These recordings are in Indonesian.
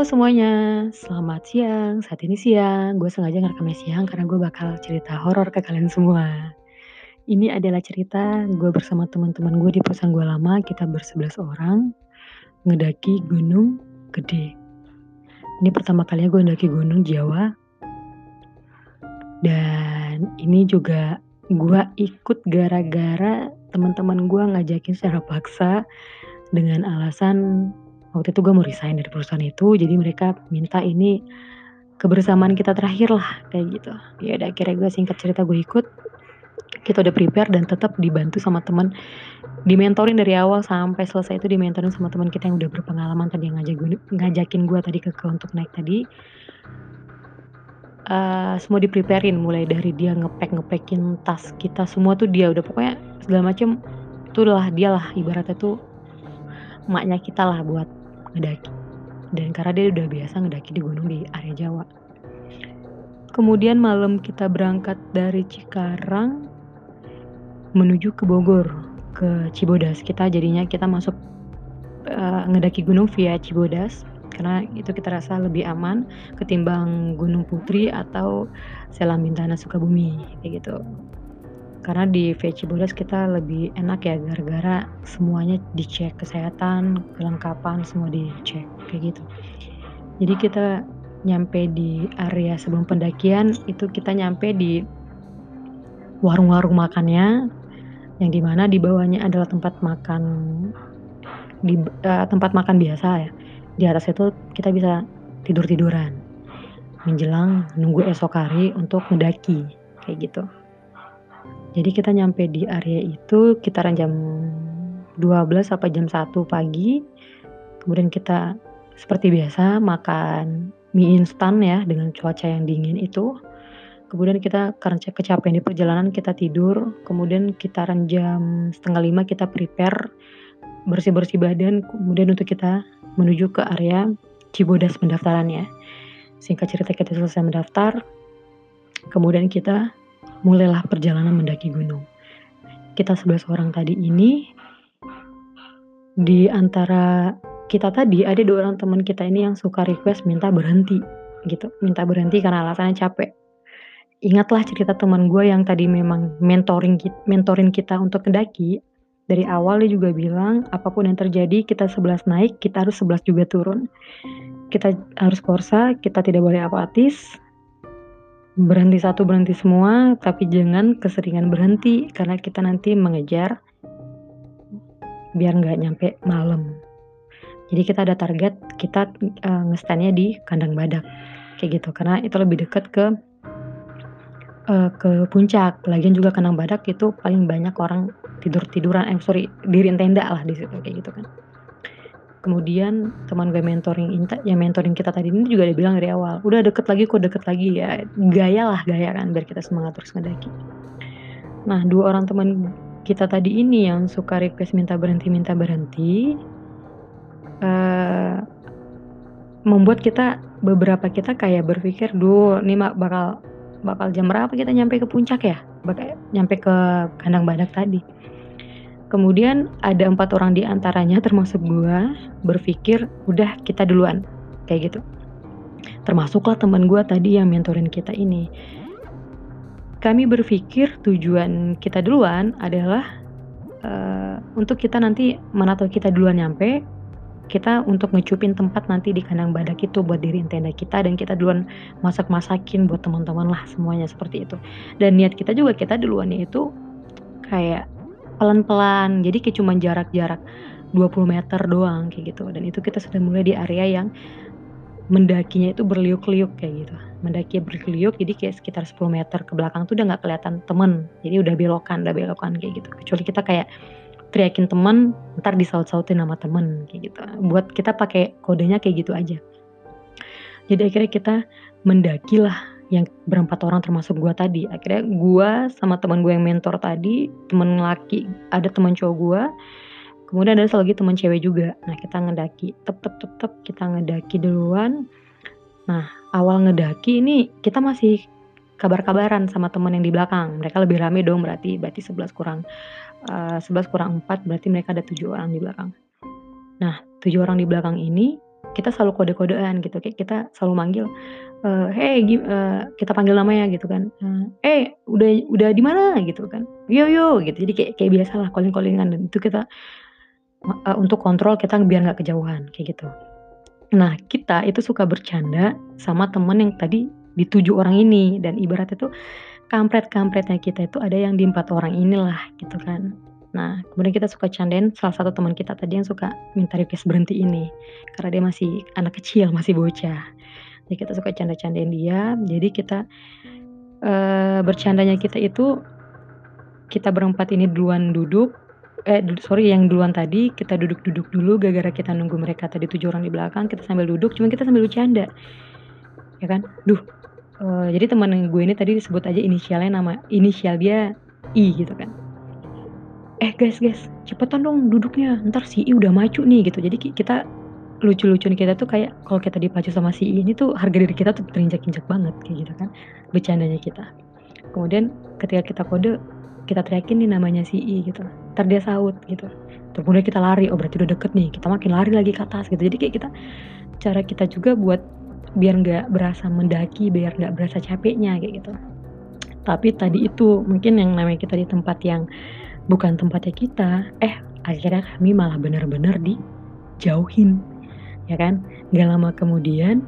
semuanya, selamat siang. Saat ini siang, gue sengaja ngerekamnya siang karena gue bakal cerita horor ke kalian semua. Ini adalah cerita gue bersama teman-teman gue di perusahaan gue lama, kita ber-11 orang, ngedaki Gunung Gede. Ini pertama kalinya gue ngedaki Gunung Jawa, dan ini juga gue ikut gara-gara teman-teman gue ngajakin secara paksa dengan alasan waktu itu gue mau resign dari perusahaan itu, jadi mereka minta ini kebersamaan kita terakhir lah, kayak gitu. Ya udah akhirnya gue singkat cerita gue ikut, kita udah prepare dan tetap dibantu sama teman, dimentorin dari awal sampai selesai itu dimentorin sama teman kita yang udah berpengalaman tadi yang ngajakin gue tadi untuk naik tadi. Semua di-prepare-in mulai dari dia ngepack-ngepack-in tas kita semua tuh dia udah pokoknya segala macem, itulah dialah ibaratnya tuh emaknya kita lah buat ngedaki. Dan karena dia udah biasa ngedaki di gunung di area Jawa. Kemudian malam kita berangkat dari Cikarang menuju ke Bogor, ke Cibodas. Kita masuk ngedaki gunung via Cibodas karena itu kita rasa lebih aman ketimbang Gunung Putri atau Selambintana Sukabumi kayak gitu. Karena di via Cibodas kita lebih enak ya gara-gara semuanya dicek, kesehatan, kelengkapan semua dicek kayak gitu. Jadi kita nyampe di area sebelum pendakian itu kita nyampe di warung-warung makannya yang dimana di bawahnya adalah tempat makan biasa ya. Di atas itu kita bisa tidur-tiduran menjelang nunggu esok hari untuk ngedaki kayak gitu. Jadi kita nyampe di area itu sekitaran jam 12 sampai jam 1 pagi. Kemudian kita seperti biasa makan mie instan ya dengan cuaca yang dingin itu. Kemudian kita karena kecapean di perjalanan kita tidur. Kemudian sekitaran jam 4:30 kita prepare bersih-bersih badan. Kemudian untuk kita menuju ke area Cibodas pendaftarannya. Singkat cerita kita selesai mendaftar. Kemudian kita mulailah perjalanan mendaki gunung. Kita 11 orang tadi ini, di antara kita tadi ada 2 orang teman kita ini yang suka request minta berhenti gitu. Minta berhenti karena alasannya capek. Ingatlah cerita teman gue yang tadi memang mentorin kita untuk mendaki. Dari awal dia juga bilang apapun yang terjadi kita 11 naik, kita harus 11 juga turun. Kita harus korsa, kita tidak boleh apatis. Berhenti satu, berhenti semua, tapi jangan keseringan berhenti karena kita nanti mengejar biar nggak nyampe malam. Jadi kita ada target, kita nge-stand-nya di Kandang Badak kayak gitu karena itu lebih dekat ke puncak. Lagian juga Kandang Badak itu paling banyak orang diriin tenda lah di situ kayak gitu kan. Kemudian teman gue yang mentoring kita tadi ini juga dia bilang dari awal, udah deket lagi ya, gaya kan biar kita semangat terus ngedaki. Nah 2 orang teman kita tadi ini yang suka request minta berhenti, membuat beberapa kita kayak berpikir, duh ini bakal jam berapa kita nyampe ke puncak ya? Nyampe ke Kandang Badak tadi. Kemudian ada 4 orang di antaranya termasuk gua berpikir udah kita duluan kayak gitu. Termasuklah teman gua tadi yang mentorin kita ini. Kami berpikir tujuan kita duluan adalah untuk kita nanti mana tahu kita duluan nyampe, kita untuk ngecupin tempat nanti di Kandang Badak itu buat diriin tenda kita dan kita duluan masakin buat teman-teman lah semuanya seperti itu. Dan niat kita juga kita duluannya itu kayak pelan-pelan, jadi kayak cuman jarak-jarak 20 meter doang kayak gitu. Dan itu kita sudah mulai di area yang mendakinya itu berliuk-liuk kayak gitu. Mendakinya berliuk jadi kayak sekitar 10 meter ke belakang tuh udah nggak kelihatan temen. Jadi udah belokan kayak gitu. Kecuali kita kayak teriakin temen, ntar disaut-sautin sama temen kayak gitu. Buat kita pakai kodenya kayak gitu aja. Jadi akhirnya kita mendaki lah yang berempat orang termasuk gua tadi. Akhirnya gua sama teman gue yang mentor tadi, teman laki, ada teman cowok gua, kemudian ada lagi teman cewek juga. Nah kita ngedaki, kita ngedaki duluan. Nah awal ngedaki ini kita masih kabar-kabaran sama teman yang di belakang. Mereka lebih rame dong berarti 11 kurang 4 berarti mereka ada 7 orang di belakang. Nah 7 orang di belakang ini kita selalu kode-kodean gitu, kayak kita selalu manggil, "Hey," kita panggil namanya gitu kan, udah di mana?" Gitu kan, "Yo yo," gitu. Jadi kayak biasalah calling-calling-an dan itu kita untuk kontrol kita biar nggak kejauhan, kayak gitu. Nah, kita itu suka bercanda sama temen yang tadi di 7 orang ini dan ibaratnya tuh kampret-kampretnya kita itu ada yang di 4 orang inilah gitu kan. Nah, kemudian kita suka candain salah satu teman kita tadi yang suka minta request berhenti ini, karena dia masih anak kecil, masih bocah. Jadi kita suka canda-candain dia, jadi kita, bercandanya kita itu, kita berempat ini duluan duduk, sorry yang duluan tadi kita duduk-duduk dulu gara-gara kita nunggu mereka tadi 7 orang di belakang, kita sambil duduk, cuman kita sambil bercanda, ya kan. Jadi temen gue ini tadi disebut aja inisial dia I gitu kan. Guys guys, cepetan dong duduknya, entar si I udah maju nih," gitu. Jadi kita lucu-lucuan kita tuh kayak kalau kita dipacu sama si I ini tuh harga diri kita tuh terinjak-injak banget kayak gitu kan, bercandanya kita. Kemudian ketika kita kode, kita teriakin nih namanya si I gitu, entar dia sahut gitu. Terus kemudian kita lari, oh berarti udah deket nih, kita makin lari lagi ke atas gitu. Jadi kayak cara kita juga buat biar nggak berasa mendaki, biar nggak berasa capeknya kayak gitu. Tapi tadi itu mungkin yang namanya kita di tempat yang bukan tempatnya kita, akhirnya kami malah bener-bener dijauhin, ya kan. Nggak lama kemudian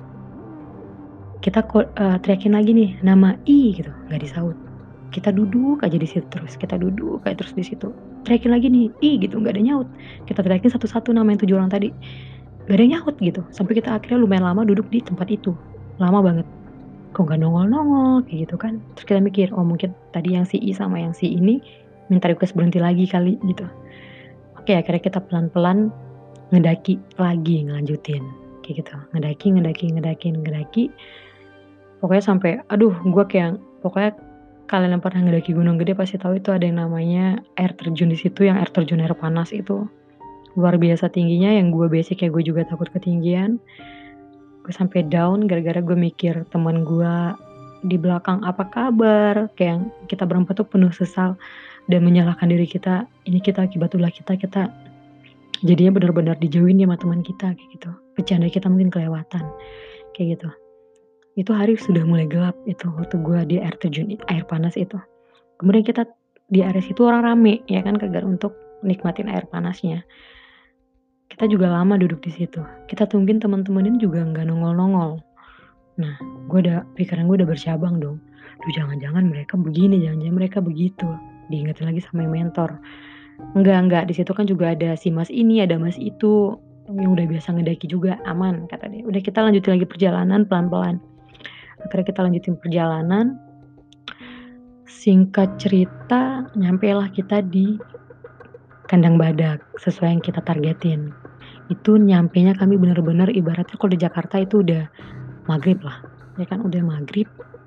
kita teriakin lagi nih, nama I gitu, nggak disaut. Kita duduk aja di situ terus, kita duduk aja terus di situ. Teriakin lagi nih, I gitu, nggak ada nyaut. Kita teriakin satu-satu nama yang 7 orang tadi, nggak ada yang nyaut gitu. Sampai kita akhirnya lumayan lama duduk di tempat itu, lama banget. Kok nggak nongol-nongol, kayak gitu kan. Terus kita mikir, oh mungkin tadi yang si I sama yang si ini minta request berhenti lagi kali gitu. Oke, akhirnya kita pelan-pelan ngedaki lagi, ngelanjutin, kayak gitu. Ngedaki ngedaki ngedaki ngedaki, pokoknya sampai gua kayak pokoknya kalian yang pernah ngedaki Gunung Gede pasti tahu itu ada yang namanya air terjun di situ, yang air terjun air panas itu. Luar biasa tingginya, yang gue basic kayak gue juga takut ketinggian. Gue sampai down gara-gara gue mikir teman gue di belakang apa kabar, kayak yang kita berempat tuh penuh sesal dan menyalahkan diri kita, ini kita akibat ulah kita jadinya benar-benar dijauhin sama teman kita kayak gitu. Bercanda kita mungkin kelewatan, kayak gitu. Itu hari sudah mulai gelap itu waktu gue di air terjun air panas itu. Kemudian kita di area situ orang rame ya kan untuk nikmatin air panasnya. Kita juga lama duduk di situ. Kita tungguin teman-teman ini juga nggak nongol-nongol. Nah, pikiran gue udah bercabang dong. Duh jangan-jangan mereka begini, jangan-jangan mereka begitu. Diingetin lagi sama yang mentor. Enggak, di situ kan juga ada si Mas ini, ada Mas itu, yang udah biasa ngedaki juga, aman kata dia. Udah kita lanjutin lagi perjalanan pelan-pelan. Akhirnya kita lanjutin perjalanan. Singkat cerita, nyampelah kita di kandang badak sesuai yang kita targetin. Itu nyampenya kami bener-bener ibaratnya kalau di Jakarta itu udah maghrib lah, ya kan udah maghrib.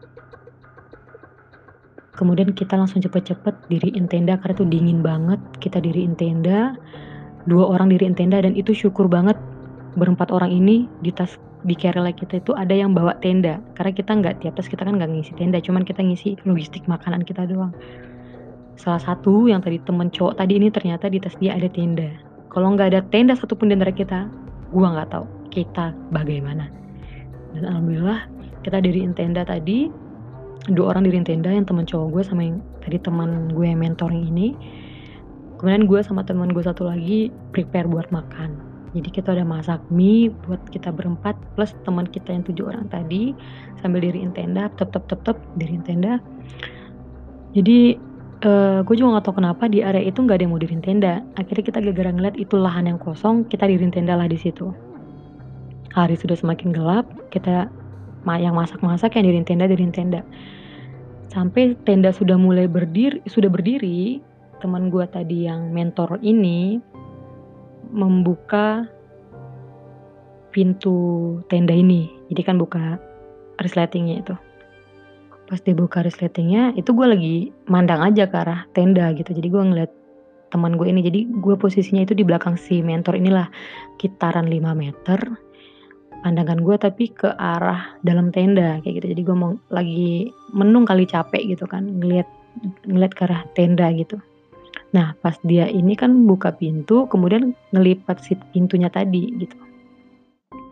Kemudian kita langsung cepet-cepet diriin tenda karena itu dingin banget, kita diriin tenda, 2 orang diriin tenda dan itu syukur banget berempat orang ini di carrier kita itu ada yang bawa tenda, karena kita nggak tiap tas kita kan nggak ngisi tenda, cuman kita ngisi logistik makanan kita doang. Salah satu yang tadi temen cowok tadi ini ternyata di tas dia ada tenda. Kalau nggak ada tenda satupun di antara kita, gua nggak tahu kita bagaimana. Dan alhamdulillah kita diriin tenda tadi, 2 orang diriin tenda, yang temen cowok gue sama yang tadi teman gue yang mentoring ini. Kemudian gue sama teman gue satu lagi prepare buat makan. Jadi kita udah masak mie buat kita berempat plus teman kita yang 7 orang tadi sambil diriin tenda, diriin tenda. Jadi gue juga nggak tahu kenapa di area itu nggak ada yang mau diriin tenda. Akhirnya kita gara-gara ngeliat itu lahan yang kosong, kita diriin tenda lah di situ. Hari sudah semakin gelap, kita yang masak-masak, yang diriin tenda. Sampai tenda sudah berdiri, teman gue tadi yang mentor ini membuka pintu tenda ini. Jadi kan buka resletingnya itu. Pas dibuka resletingnya, itu gue lagi mandang aja ke arah tenda gitu. Jadi gue ngeliat teman gue ini. Jadi gue posisinya itu di belakang si mentor inilah, kitaran 5 meter. Pandangan gue tapi ke arah dalam tenda kayak gitu. Jadi gue lagi menung kali capek gitu kan, ngeliat ke arah tenda gitu. Nah pas dia ini kan buka pintu, kemudian ngelipat si pintunya tadi gitu.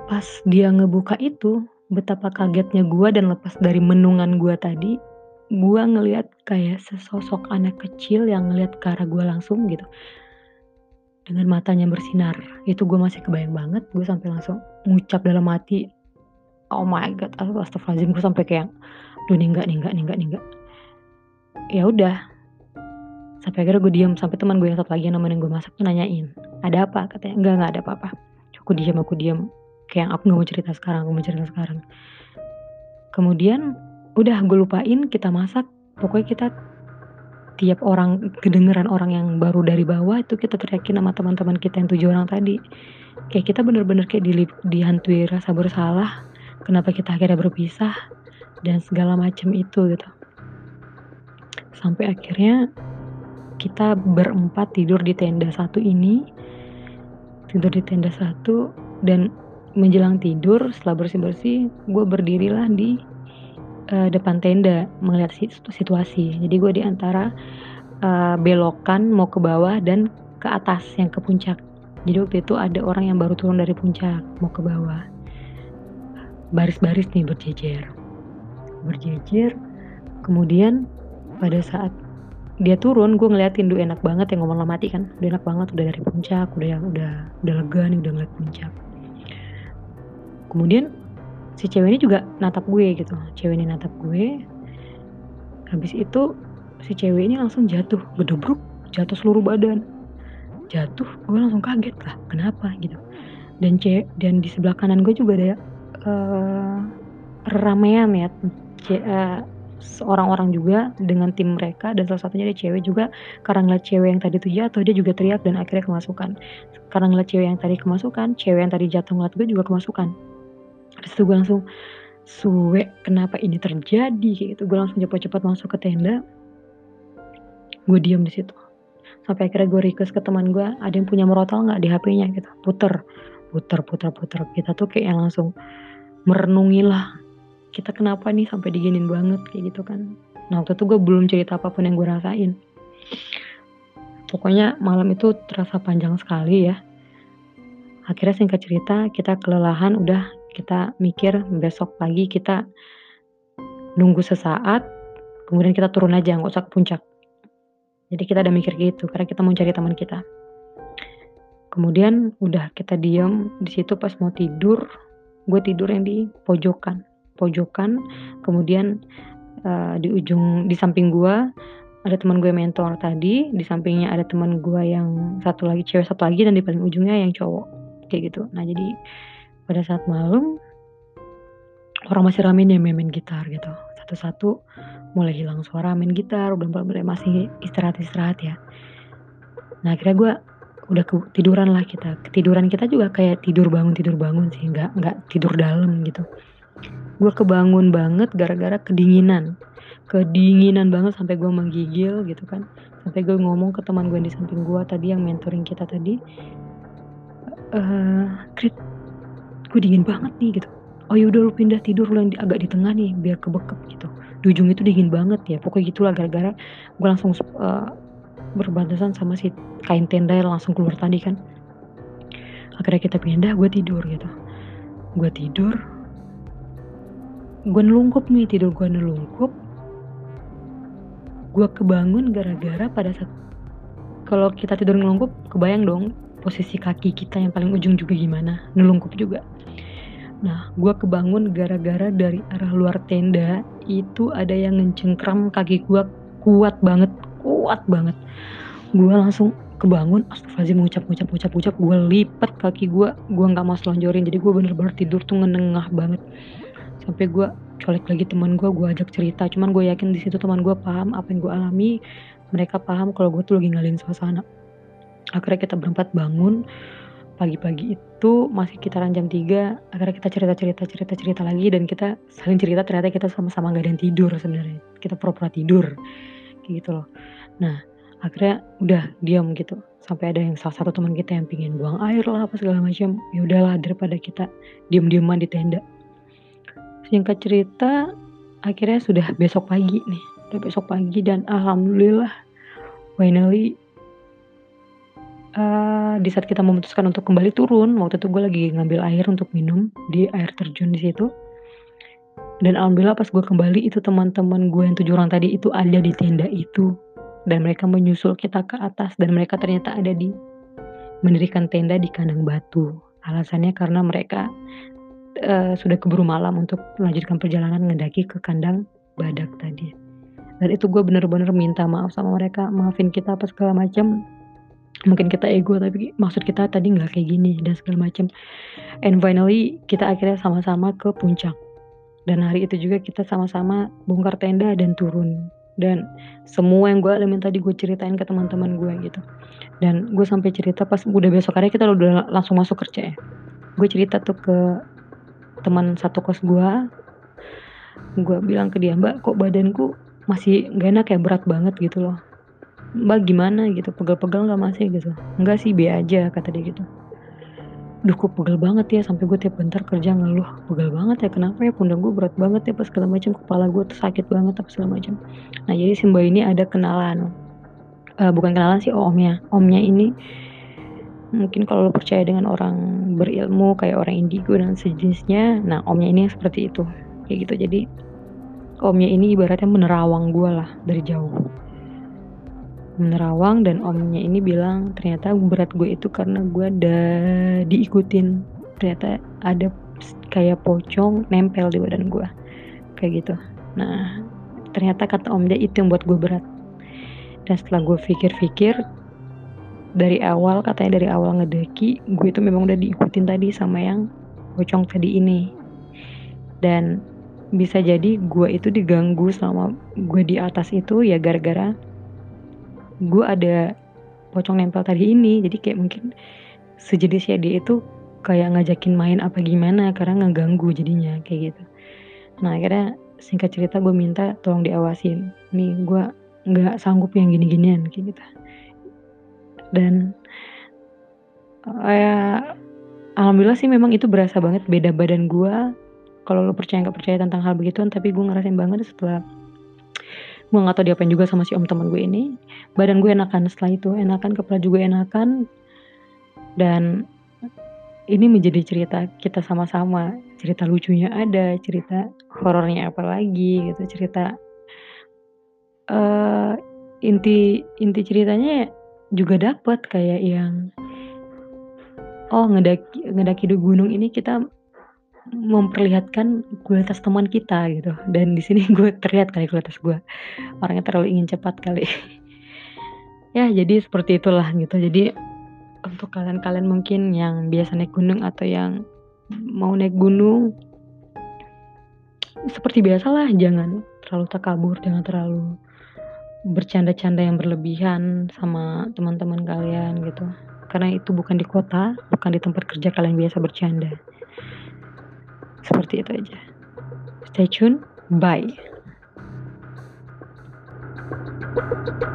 Pas dia ngebuka itu, betapa kagetnya gua dan lepas dari menungan gua tadi, gua ngelihat kayak sesosok anak kecil yang ngelihat ke arah gua langsung gitu, dengan matanya bersinar. Itu gua masih kebayang banget, gue sampai langsung ngucap dalam hati, "Oh my god, astagfirullahaladzim," gue sampai kayak, "Duh nih enggak nih enggak nih enggak nih enggak." Ya udah, sampai akhirnya gue diem, sampai teman gue yang satu lagi yang nemenin gue masak tuh nanyain, "Ada apa?" Katanya, Enggak ada apa-apa." Aku diem, kayak aku nggak mau cerita sekarang, aku mau cerita sekarang." Kemudian udah gue lupain kita masak, pokoknya kita tiap orang kedengeran orang yang baru dari bawah itu kita teriakin sama teman-teman kita yang 7 orang tadi. Kayak kita bener-bener kayak dihantui rasa bersalah, kenapa kita akhirnya berpisah dan segala macam itu gitu. Sampai akhirnya kita berempat tidur di tenda satu ini, tidur di tenda satu dan menjelang tidur setelah bersih-bersih, gue berdirilah di depan tenda melihat situasi. Jadi gue di antara, belokan mau ke bawah dan ke atas yang ke puncak. Jadi waktu itu ada orang yang baru turun dari puncak mau ke bawah. Baris-baris nih berjejer, kemudian pada saat dia turun gue ngeliatin, duh enak banget ya ngomong sama hati kan, udah enak banget udah dari puncak, udah lega nih udah ngeliat puncak. Kemudian si cewek ini juga natap gue gitu, habis itu si cewek ini langsung jatuh, gedebruk, jatuh seluruh badan. Jatuh, gue langsung kaget lah, kenapa gitu. Dan di sebelah kanan gue juga ada, eee, ramean ya, orang juga dengan tim mereka dan salah satunya ada cewek juga, karena ngeliat cewek yang tadi tuh jatuh, dia juga teriak dan akhirnya kemasukan. Karena ngeliat cewek yang tadi kemasukan, cewek yang tadi jatuh ngeliat gue juga kemasukan. Terus situ gue langsung, "Suwe, kenapa ini terjadi?" Kayak gitu. Gue langsung cepet-cepet masuk ke tenda, gue diem di situ. Sampai akhirnya gue request ke teman gue, "Ada yang punya merotol nggak di HP-nya?" Gitu. Puter, puter puter puter. Kita tuh kayak yang langsung merenungi lah, kita kenapa nih sampai diginin banget, kayak gitu kan. Nah waktu itu gue belum cerita apapun yang gue rasain. Pokoknya malam itu terasa panjang sekali ya. Akhirnya singkat cerita kita kelelahan, udah kita mikir besok pagi kita nunggu sesaat, kemudian kita turun aja, nggak usah ke puncak. Jadi kita udah mikir gitu, karena kita mau cari teman kita. Kemudian udah kita diem di situ pas mau tidur, gue tidur yang di pojokan. Kemudian, di samping gue ada teman gue mentor tadi, di sampingnya ada teman gue yang satu lagi, cewek satu lagi dan di paling ujungnya yang cowok, kayak gitu. Nah jadi pada saat malam, orang masih rame nih main gitar gitu, satu-satu mulai hilang suara main gitar, udah mulai masih istirahat ya. Nah akhirnya gue udah ketiduran lah kita. Ketiduran kita juga kayak tidur bangun sih, nggak tidur dalam gitu. Gue kebangun banget gara-gara kedinginan. Kedinginan banget sampai gue menggigil gitu kan. Sampai gue ngomong ke teman gue yang di samping gue tadi yang mentoring kita tadi, "Krit, gue dingin banget nih," gitu. "Oh yaudah lu pindah tidur lu yang agak di tengah nih biar kebekep," gitu. "Di ujung itu dingin banget ya." Pokoknya gitulah gara-gara gue langsung, berbatasan sama si kain tenda yang langsung keluar tadi kan. Akhirnya kita pindah, gue tidur gitu. Gue tidur, gue nelungkup nih, tidur gue nelungkup. Gue kebangun gara-gara pada saat kalau kita tidur nelungkup, kebayang dong posisi kaki kita yang paling ujung juga gimana, nelungkup juga. Nah, gue kebangun gara-gara dari arah luar tenda, itu ada yang ngencengkram kaki gue kuat banget. Gue langsung kebangun, astagfirullahaladzim, ngucap, gue lipat kaki gue nggak mau selonjorin, jadi gue bener-bener tidur tuh ngenengah banget. Sampai gue colek lagi teman gue ajak cerita, cuman gue yakin di situ teman gue paham apa yang gue alami, mereka paham kalau gue tuh lagi ngalihin suasana. Akhirnya kita berempat bangun, pagi-pagi itu masih sekitaran jam 3, akhirnya kita cerita lagi dan kita saling cerita ternyata kita sama-sama nggak ada yang tidur sebenarnya, kita pura-pura tidur, kayak gitu loh. Nah, akhirnya udah diam gitu, sampai ada yang salah satu teman kita yang pingin buang air lah apa segala macam, ya udahlah daripada kita diem-dieman di tenda. Singkat cerita, akhirnya sudah besok pagi dan alhamdulillah finally Di saat kita memutuskan untuk kembali turun, waktu itu gue lagi ngambil air untuk minum di air terjun di situ, dan alhamdulillah pas gue kembali itu teman-teman gue yang 7 orang tadi itu ada di tenda itu, dan mereka menyusul kita ke atas dan mereka ternyata ada di mendirikan tenda di kandang batu. Alasannya karena mereka, sudah keburu malam untuk melanjutkan perjalanan mendaki ke kandang badak tadi. Dan itu gue bener-bener minta maaf sama mereka, "Maafin kita," apa segala macam, mungkin kita ego tapi maksud kita tadi nggak kayak gini dan segala macam. And finally kita akhirnya sama-sama ke puncak, dan hari itu juga kita sama-sama bongkar tenda dan turun. Dan semua yang gue alamin tadi gue ceritain ke teman-teman gue gitu. Dan gue sampai cerita pas udah besokannya kita udah langsung masuk kerja ya. Gue cerita tuh ke teman satu kos gue bilang ke dia, "Mbak, kok badanku masih nggak enak ya, berat banget gitu loh. Mbak gimana gitu, pegel-pegel nggak masih gitu?" "Enggak sih, be aja," kata dia gitu. Duh kok pegel banget ya, sampai gue tiap bentar kerja ngeluh, "Pegel banget ya, kenapa ya pundak gue berat banget ya," apa segala macam, "kepala gue tuh sakit banget," apa segala macam. Nah jadi si Mbak ini ada kenalan, bukan kenalan sih, omnya. Omnya ini mungkin kalau lo percaya dengan orang berilmu kayak orang indigo dan sejenisnya, nah omnya ini yang seperti itu, kayak gitu. Jadi omnya ini ibaratnya menerawang gue lah dari jauh. Menerawang dan omnya ini bilang ternyata berat gue itu karena gue diikutin, ternyata ada kayak pocong nempel di badan gue, kayak gitu. Nah, ternyata kata om dia itu yang buat gue berat. Dan setelah gue pikir-pikir, katanya dari awal ngedaki, gue itu memang udah diikutin tadi sama yang pocong tadi ini. Dan bisa jadi gue itu diganggu sama gue di atas itu ya gara-gara gue ada pocong nempel tadi ini. Jadi kayak mungkin sejenisnya dia itu kayak ngajakin main apa gimana karena ngeganggu jadinya kayak gitu. Nah akhirnya singkat cerita gue minta tolong diawasin. Nih gue nggak sanggup yang gini-ginian kayak gitu. Dan ya alhamdulillah sih memang itu berasa banget beda badan gue. Kalau lo percaya nggak percaya tentang hal begituan, tapi gue ngerasain banget setelah gue nggak tahu diapain juga sama si om teman gue ini. Badan gue enakan setelah itu, enakan, kepala juga enakan. Dan ini menjadi cerita kita sama-sama, cerita lucunya ada, cerita horornya apa lagi gitu, cerita, eee, inti inti ceritanya juga dapet kayak yang, oh ngedaki di gunung ini kita memperlihatkan kualitas teman kita gitu, dan di sini gue terlihat kali kualitas gue, orangnya terlalu ingin cepat kali. Ya jadi seperti itulah gitu. Jadi untuk kalian-kalian mungkin yang biasa naik gunung atau yang mau naik gunung, seperti biasalah jangan terlalu takabur, jangan terlalu bercanda-canda yang berlebihan sama teman-teman kalian gitu. Karena itu bukan di kota, bukan di tempat kerja kalian biasa bercanda. Seperti itu aja. Stay tune, bye.